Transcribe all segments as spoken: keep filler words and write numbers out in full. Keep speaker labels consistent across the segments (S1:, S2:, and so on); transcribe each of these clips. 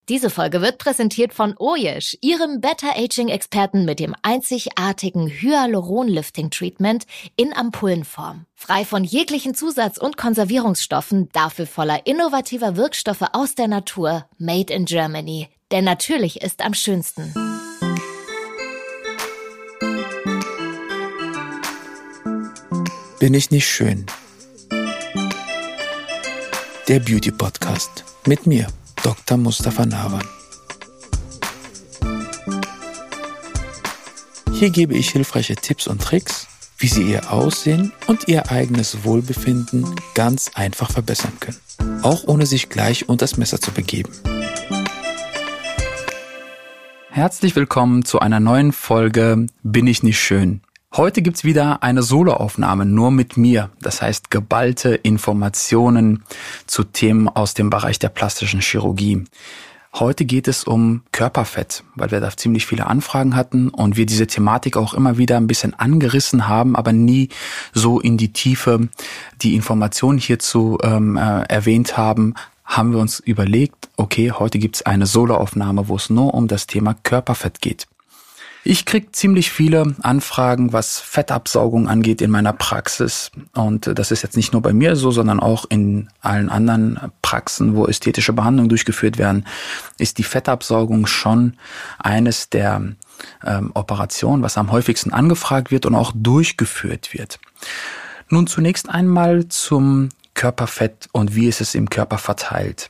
S1: Diese Folge wird präsentiert von Ojesh, ihrem Better-Aging-Experten mit dem einzigartigen Hyaluron-Lifting-Treatment in Ampullenform. Frei von jeglichen Zusatz- und Konservierungsstoffen, dafür voller innovativer Wirkstoffe aus der Natur, made in Germany. Denn natürlich ist am schönsten.
S2: Bin ich nicht schön? Der Beauty-Podcast mit mir, Doktor Mustafa Nawan. Hier gebe ich hilfreiche Tipps und Tricks, wie Sie Ihr Aussehen und Ihr eigenes Wohlbefinden ganz einfach verbessern können, auch ohne sich gleich unters Messer zu begeben. Herzlich willkommen zu einer neuen Folge Bin ich nicht schön? Heute gibt's wieder eine Soloaufnahme nur mit mir, das heißt geballte Informationen zu Themen aus dem Bereich der plastischen Chirurgie. Heute geht es um Körperfett, weil wir da ziemlich viele Anfragen hatten und wir diese Thematik auch immer wieder ein bisschen angerissen haben, aber nie so in die Tiefe die Informationen hierzu ähm, äh, erwähnt haben, haben wir uns überlegt, okay, heute gibt's eine Soloaufnahme, wo es nur um das Thema Körperfett geht. Ich kriege ziemlich viele Anfragen, was Fettabsaugung angeht in meiner Praxis. Und das ist jetzt nicht nur bei mir so, sondern auch in allen anderen Praxen, wo ästhetische Behandlungen durchgeführt werden, ist die Fettabsaugung schon eines der ähm, Operationen, was am häufigsten angefragt wird und auch durchgeführt wird. Nun zunächst einmal zum Körperfett und wie ist es im Körper verteilt.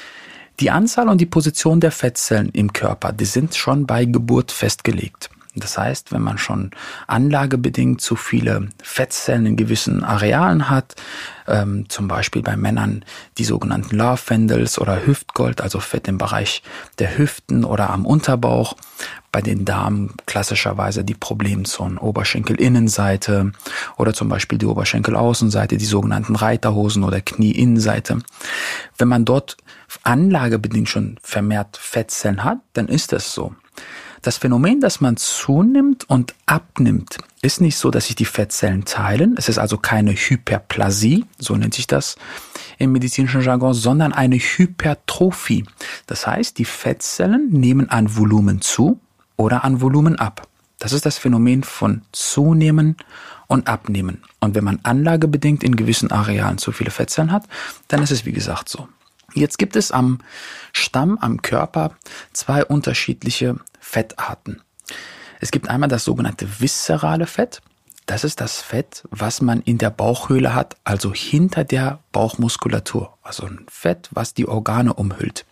S2: Die Anzahl und die Position der Fettzellen im Körper, die sind schon bei Geburt festgelegt. Das heißt, wenn man schon anlagebedingt zu viele Fettzellen in gewissen Arealen hat, ähm, zum Beispiel bei Männern die sogenannten Love Handles oder Hüftgold, also Fett im Bereich der Hüften oder am Unterbauch, bei den Damen klassischerweise die Problemzonen Oberschenkelinnenseite oder zum Beispiel die Oberschenkelaußenseite, die sogenannten Reiterhosen oder Knieinnenseite. Wenn man dort anlagebedingt schon vermehrt Fettzellen hat, dann ist das so. Das Phänomen, dass man zunimmt und abnimmt, ist nicht so, dass sich die Fettzellen teilen. Es ist also keine Hyperplasie, so nennt sich das im medizinischen Jargon, sondern eine Hypertrophie. Das heißt, die Fettzellen nehmen an Volumen zu oder an Volumen ab. Das ist das Phänomen von Zunehmen und Abnehmen. Und wenn man anlagebedingt in gewissen Arealen zu viele Fettzellen hat, dann ist es wie gesagt so. Jetzt gibt es am Stamm, am Körper zwei unterschiedliche Fettarten. Es gibt einmal das sogenannte viszerale Fett. Das ist das Fett, was man in der Bauchhöhle hat, also hinter der Bauchmuskulatur. Also ein Fett, was die Organe umhüllt.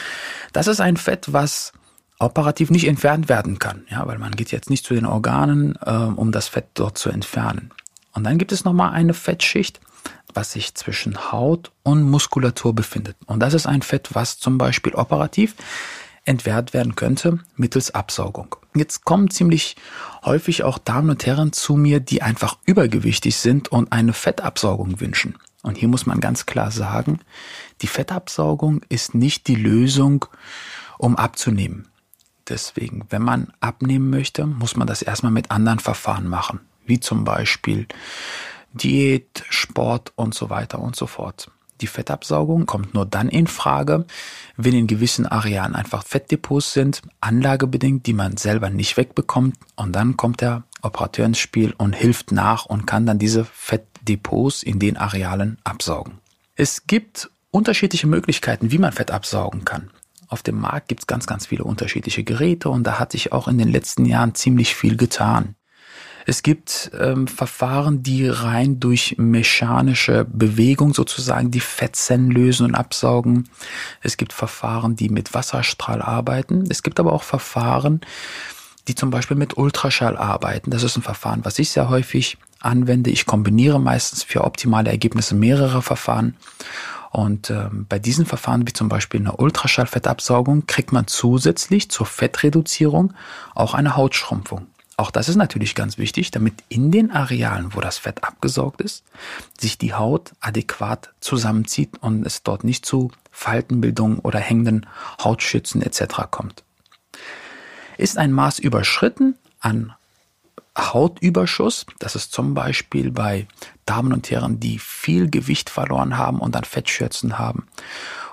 S2: Das ist ein Fett, was operativ nicht entfernt werden kann, ja, weil man geht jetzt nicht zu den Organen, äh, um das Fett dort zu entfernen. Und dann gibt es nochmal eine Fettschicht, was sich zwischen Haut und Muskulatur befindet. Und das ist ein Fett, was zum Beispiel operativ entfernt werden könnte mittels Absaugung. Jetzt kommen ziemlich häufig auch Damen und Herren zu mir, die einfach übergewichtig sind und eine Fettabsaugung wünschen. Und hier muss man ganz klar sagen, die Fettabsaugung ist nicht die Lösung, um abzunehmen. Deswegen, wenn man abnehmen möchte, muss man das erstmal mit anderen Verfahren machen, wie zum Beispiel Diät, Sport und so weiter und so fort. Die Fettabsaugung kommt nur dann in Frage, wenn in gewissen Arealen einfach Fettdepots sind, anlagebedingt, die man selber nicht wegbekommt. Und dann kommt der Operateur ins Spiel und hilft nach und kann dann diese Fettdepots in den Arealen absaugen. Es gibt unterschiedliche Möglichkeiten, wie man Fett absaugen kann. Auf dem Markt gibt es ganz, ganz viele unterschiedliche Geräte und da hat sich auch in den letzten Jahren ziemlich viel getan. Es gibt ähm, Verfahren, die rein durch mechanische Bewegung sozusagen die Fettzellen lösen und absaugen. Es gibt Verfahren, die mit Wasserstrahl arbeiten. Es gibt aber auch Verfahren, die zum Beispiel mit Ultraschall arbeiten. Das ist ein Verfahren, was ich sehr häufig anwende. Ich kombiniere meistens für optimale Ergebnisse mehrere Verfahren. Und ähm, bei diesen Verfahren, wie zum Beispiel eine Ultraschallfettabsaugung, kriegt man zusätzlich zur Fettreduzierung auch eine Hautschrumpfung. Auch das ist natürlich ganz wichtig, damit in den Arealen, wo das Fett abgesaugt ist, sich die Haut adäquat zusammenzieht und es dort nicht zu Faltenbildung oder hängenden Hautschützen et cetera kommt. Ist ein Maß überschritten an Hautüberschuss, das ist zum Beispiel bei Damen und Herren, die viel Gewicht verloren haben und dann Fettschürzen haben,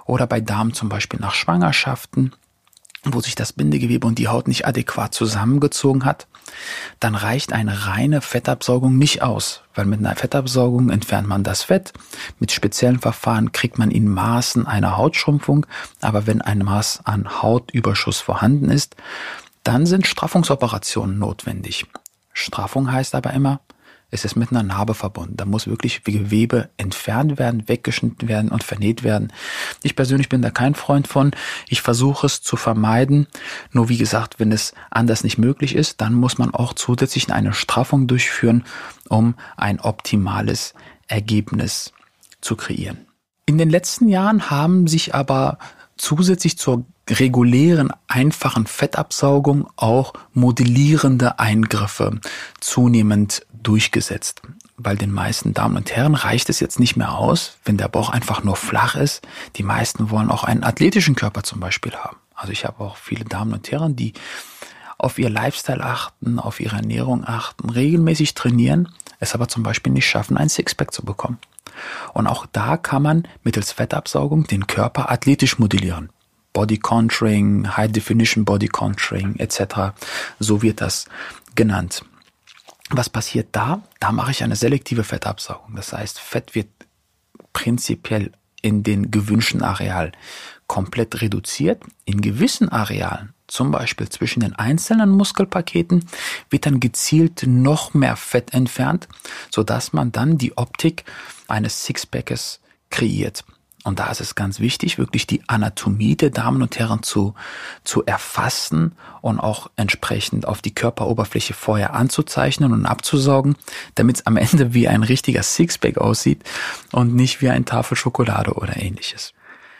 S2: oder bei Damen zum Beispiel nach Schwangerschaften, wo sich das Bindegewebe und die Haut nicht adäquat zusammengezogen hat, dann reicht eine reine Fettabsaugung nicht aus, weil mit einer Fettabsaugung entfernt man das Fett. Mit speziellen Verfahren kriegt man in Maßen eine Hautschrumpfung, aber wenn ein Maß an Hautüberschuss vorhanden ist, dann sind Straffungsoperationen notwendig. Straffung heißt aber immer, es ist mit einer Narbe verbunden. Da muss wirklich Gewebe entfernt werden, weggeschnitten werden und vernäht werden. Ich persönlich bin da kein Freund von. Ich versuche es zu vermeiden. Nur wie gesagt, wenn es anders nicht möglich ist, dann muss man auch zusätzlich eine Straffung durchführen, um ein optimales Ergebnis zu kreieren. In den letzten Jahren haben sich aber zusätzlich zur regulären, einfachen Fettabsaugung auch modellierende Eingriffe zunehmend durchgesetzt. Weil den meisten Damen und Herren reicht es jetzt nicht mehr aus, wenn der Bauch einfach nur flach ist. Die meisten wollen auch einen athletischen Körper zum Beispiel haben. Also ich habe auch viele Damen und Herren, die auf ihr Lifestyle achten, auf ihre Ernährung achten, regelmäßig trainieren, es aber zum Beispiel nicht schaffen, ein Sixpack zu bekommen. Und auch da kann man mittels Fettabsaugung den Körper athletisch modellieren. Body Contouring, High Definition Body Contouring et cetera. So wird das genannt. Was passiert da? Da mache ich eine selektive Fettabsaugung. Das heißt, Fett wird prinzipiell in den gewünschten Areal komplett reduziert. In gewissen Arealen, zum Beispiel zwischen den einzelnen Muskelpaketen, wird dann gezielt noch mehr Fett entfernt, sodass man dann die Optik eines Sixpackes kreiert. Und da ist es ganz wichtig, wirklich die Anatomie der Damen und Herren zu, zu erfassen und auch entsprechend auf die Körperoberfläche vorher anzuzeichnen und abzusaugen, damit es am Ende wie ein richtiger Sixpack aussieht und nicht wie eine Tafel Schokolade oder ähnliches.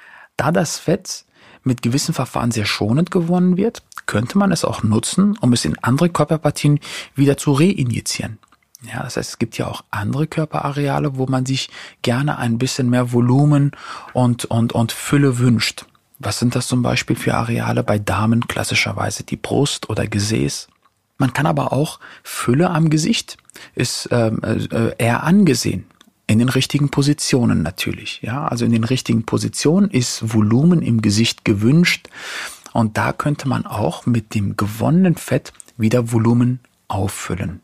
S2: Da das Fett mit gewissen Verfahren sehr schonend gewonnen wird, könnte man es auch nutzen, um es in andere Körperpartien wieder zu reinjizieren. Ja, das heißt, es gibt ja auch andere Körperareale, wo man sich gerne ein bisschen mehr Volumen und, und, und Fülle wünscht. Was sind das zum Beispiel für Areale bei Damen? Klassischerweise die Brust oder Gesäß. Man kann aber auch Fülle am Gesicht, ist ähm, äh, eher angesehen. In den richtigen Positionen natürlich. Ja, also in den richtigen Positionen ist Volumen im Gesicht gewünscht. Und da könnte man auch mit dem gewonnenen Fett wieder Volumen auffüllen.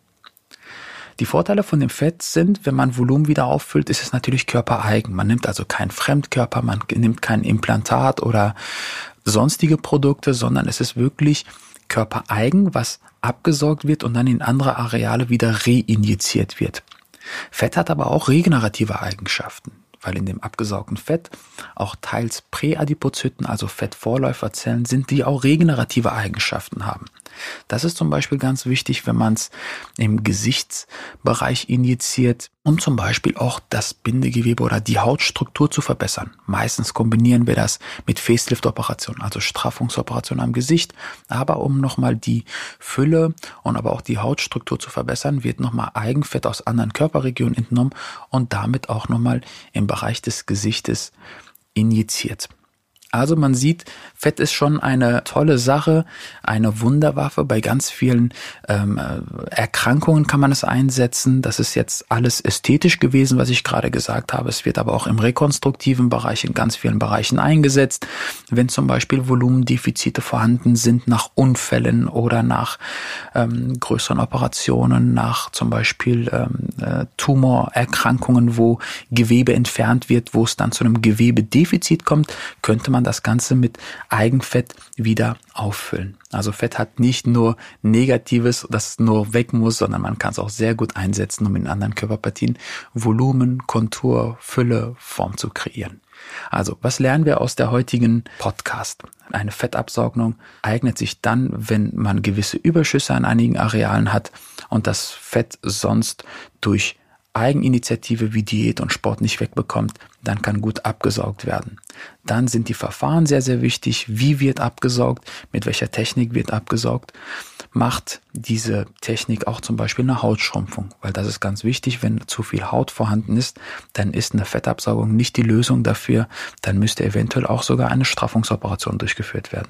S2: Die Vorteile von dem Fett sind, wenn man Volumen wieder auffüllt, ist es natürlich körpereigen. Man nimmt also keinen Fremdkörper, man nimmt kein Implantat oder sonstige Produkte, sondern es ist wirklich körpereigen, was abgesaugt wird und dann in andere Areale wieder reinjiziert wird. Fett hat aber auch regenerative Eigenschaften, weil in dem abgesaugten Fett auch teils Präadipozyten, also Fettvorläuferzellen sind, die auch regenerative Eigenschaften haben. Das ist zum Beispiel ganz wichtig, wenn man es im Gesichtsbereich injiziert, um zum Beispiel auch das Bindegewebe oder die Hautstruktur zu verbessern. Meistens kombinieren wir das mit Facelift-Operationen, also Straffungsoperationen am Gesicht. Aber um nochmal die Fülle und aber auch die Hautstruktur zu verbessern, wird nochmal Eigenfett aus anderen Körperregionen entnommen und damit auch nochmal im Bereich des Gesichtes injiziert. Also man sieht, Fett ist schon eine tolle Sache, eine Wunderwaffe. Bei ganz vielen ähm, Erkrankungen kann man es einsetzen. Das ist jetzt alles ästhetisch gewesen, was ich gerade gesagt habe. Es wird aber auch im rekonstruktiven Bereich in ganz vielen Bereichen eingesetzt. Wenn zum Beispiel Volumendefizite vorhanden sind nach Unfällen oder nach ähm, größeren Operationen, nach zum Beispiel ähm, äh, Tumorerkrankungen, wo Gewebe entfernt wird, wo es dann zu einem Gewebedefizit kommt, könnte man das Ganze mit Eigenfett wieder auffüllen. Also Fett hat nicht nur Negatives, das nur weg muss, sondern man kann es auch sehr gut einsetzen, um in anderen Körperpartien Volumen, Kontur, Fülle, Form zu kreieren. Also, was lernen wir aus der heutigen Podcast? Eine Fettabsaugung eignet sich dann, wenn man gewisse Überschüsse an einigen Arealen hat und das Fett sonst durch Eigeninitiative wie Diät und Sport nicht wegbekommt, dann kann gut abgesaugt werden. Dann sind die Verfahren sehr, sehr wichtig. Wie wird abgesaugt? Mit welcher Technik wird abgesaugt? Macht diese Technik auch zum Beispiel eine Hautschrumpfung? Weil das ist ganz wichtig, wenn zu viel Haut vorhanden ist, dann ist eine Fettabsaugung nicht die Lösung dafür. Dann müsste eventuell auch sogar eine Straffungsoperation durchgeführt werden.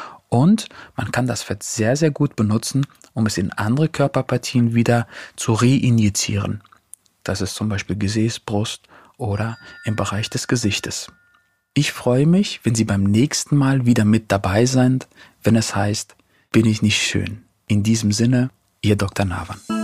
S2: Und man kann das Fett sehr, sehr gut benutzen, um es in andere Körperpartien wieder zu reinjizieren. Das ist zum Beispiel Gesäß, Brust oder im Bereich des Gesichtes. Ich freue mich, wenn Sie beim nächsten Mal wieder mit dabei sind, wenn es heißt, bin ich nicht schön? In diesem Sinne, Ihr Doktor Nawan.